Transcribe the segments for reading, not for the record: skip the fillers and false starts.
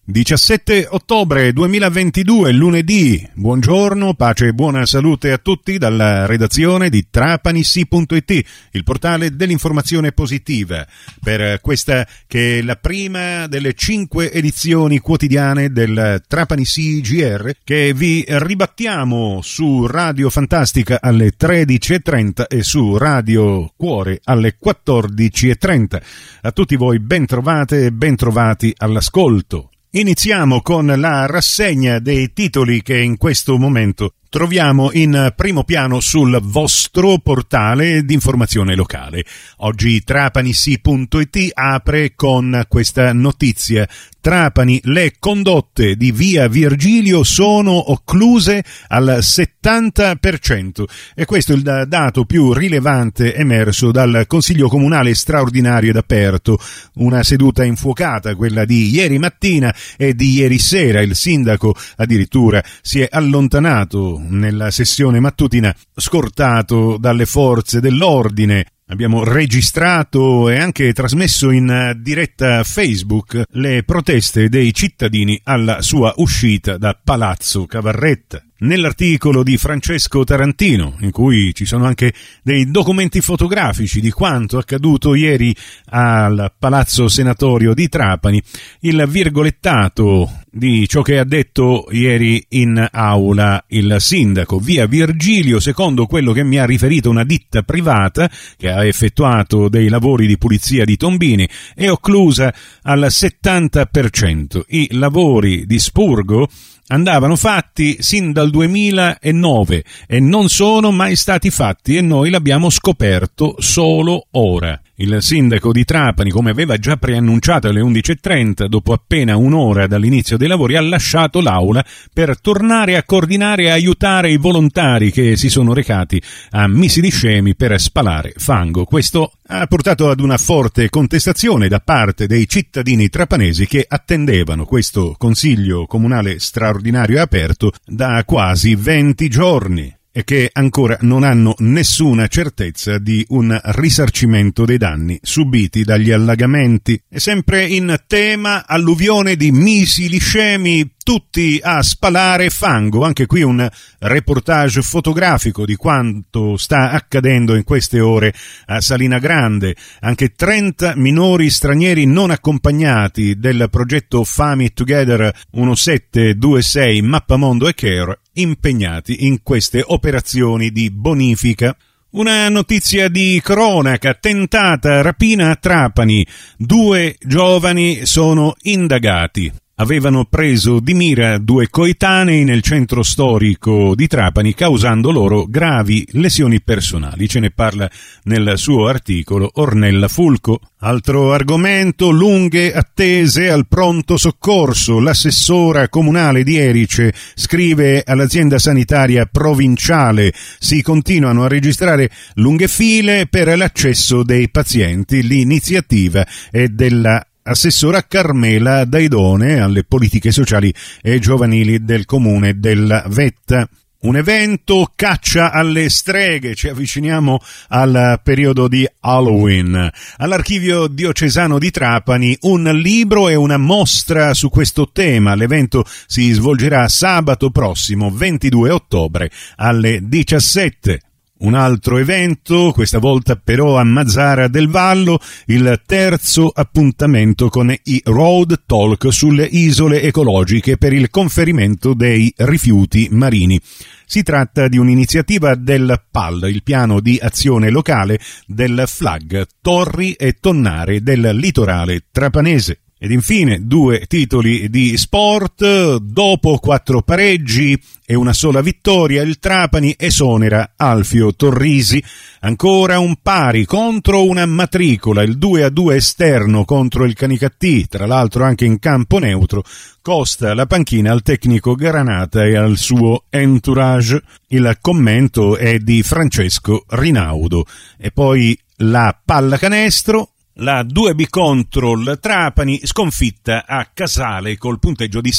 17 ottobre 2022, lunedì. Buongiorno, pace e buona salute a tutti dalla redazione di trapanissi.it, il portale dell'informazione positiva, per questa che è la prima delle 5 edizioni quotidiane del Trapanissi GR, che vi ribattiamo su Radio Fantastica alle 13.30 e su Radio Cuore alle 14.30. A tutti voi ben trovate e ben trovati all'ascolto. Iniziamo con la rassegna dei titoli che in questo momento troviamo in primo piano sul vostro portale di informazione locale. Oggi trapanissi.it apre con questa notizia. Trapani, le condotte di via Virgilio sono occluse al 70%. E questo è il dato più rilevante emerso dal Consiglio Comunale straordinario ed aperto. Una seduta infuocata, quella di ieri mattina e di ieri sera. Il sindaco addirittura si è allontanato nella sessione mattutina, scortato dalle forze dell'ordine. Abbiamo registrato e anche trasmesso in diretta Facebook le proteste dei cittadini alla sua uscita da Palazzo Cavarretta. Nell'articolo di Francesco Tarantino, in cui ci sono anche dei documenti fotografici di quanto accaduto ieri al Palazzo Senatorio di Trapani, il virgolettato di ciò che ha detto ieri in aula il sindaco. Via Virgilio, secondo quello che mi ha riferito una ditta privata che ha effettuato dei lavori di pulizia di tombini, è occlusa al 70%. I lavori di spurgo andavano fatti sin dal 2009 e non sono mai stati fatti, e noi l'abbiamo scoperto solo ora. Il sindaco di Trapani, come aveva già preannunciato alle 11.30, dopo appena un'ora dall'inizio dei lavori, ha lasciato l'aula per tornare a coordinare e aiutare i volontari che si sono recati a Misi di Scemi per spalare fango. Questo ha portato ad una forte contestazione da parte dei cittadini trapanesi che attendevano questo Consiglio Comunale straordinario e aperto da quasi 20 giorni. E che ancora non hanno nessuna certezza di un risarcimento dei danni subiti dagli allagamenti. E sempre in tema alluvione di Misi di Scemi, tutti a spalare fango. Anche qui un reportage fotografico di quanto sta accadendo in queste ore a Salina Grande. Anche 30 minori stranieri non accompagnati del progetto Family Together 1726 Mappamondo e Care impegnati in queste operazioni di bonifica. Una notizia di cronaca: tentata rapina a Trapani, 2 giovani sono indagati. Avevano preso di mira 2 coetanei nel centro storico di Trapani, causando loro gravi lesioni personali. Ce ne parla nel suo articolo Ornella Fulco. Altro argomento: lunghe attese al pronto soccorso. L'assessora comunale di Erice scrive all'azienda sanitaria provinciale: si continuano a registrare lunghe file per l'accesso dei pazienti. L'iniziativa è della assessora Carmela Daidone alle politiche sociali e giovanili del comune della Vetta. Un evento caccia alle streghe, ci avviciniamo al periodo di Halloween. All'Archivio Diocesano di Trapani un libro e una mostra su questo tema. L'evento si svolgerà sabato prossimo, 22 ottobre, alle 17. Un altro evento, questa volta però a Mazzara del Vallo, il terzo appuntamento con i Road Talk sulle isole ecologiche per il conferimento dei rifiuti marini. Si tratta di un'iniziativa del PAL, il piano di azione locale del FLAG, Torri e Tonnare del litorale trapanese. Ed infine 2 titoli di sport. Dopo 4 pareggi e una sola vittoria, il Trapani esonera Alfio Torrisi. Ancora un pari contro una matricola, il 2-2 esterno contro il Canicattì, tra l'altro anche in campo neutro, costa la panchina al tecnico Granata e al suo entourage. Il commento è di Francesco Rinaudo. E poi la pallacanestro. La 2B contro il Trapani, sconfitta a Casale col punteggio di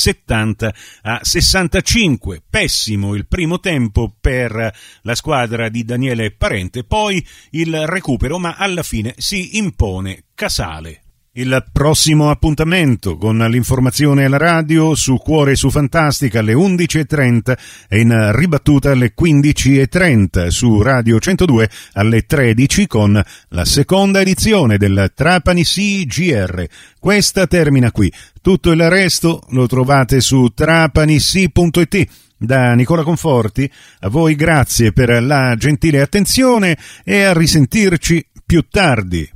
70-65. Pessimo il primo tempo per la squadra di Daniele Parente, poi il recupero, ma alla fine si impone Casale. Il prossimo appuntamento con l'informazione alla radio su Cuore su Fantastica alle 11.30 e in ribattuta alle 15.30 su Radio 102 alle 13 con la seconda edizione del Trapani CGR. Questa termina qui. Tutto il resto lo trovate su trapanisi.it. Da Nicola Conforti, a voi grazie per la gentile attenzione e a risentirci più tardi.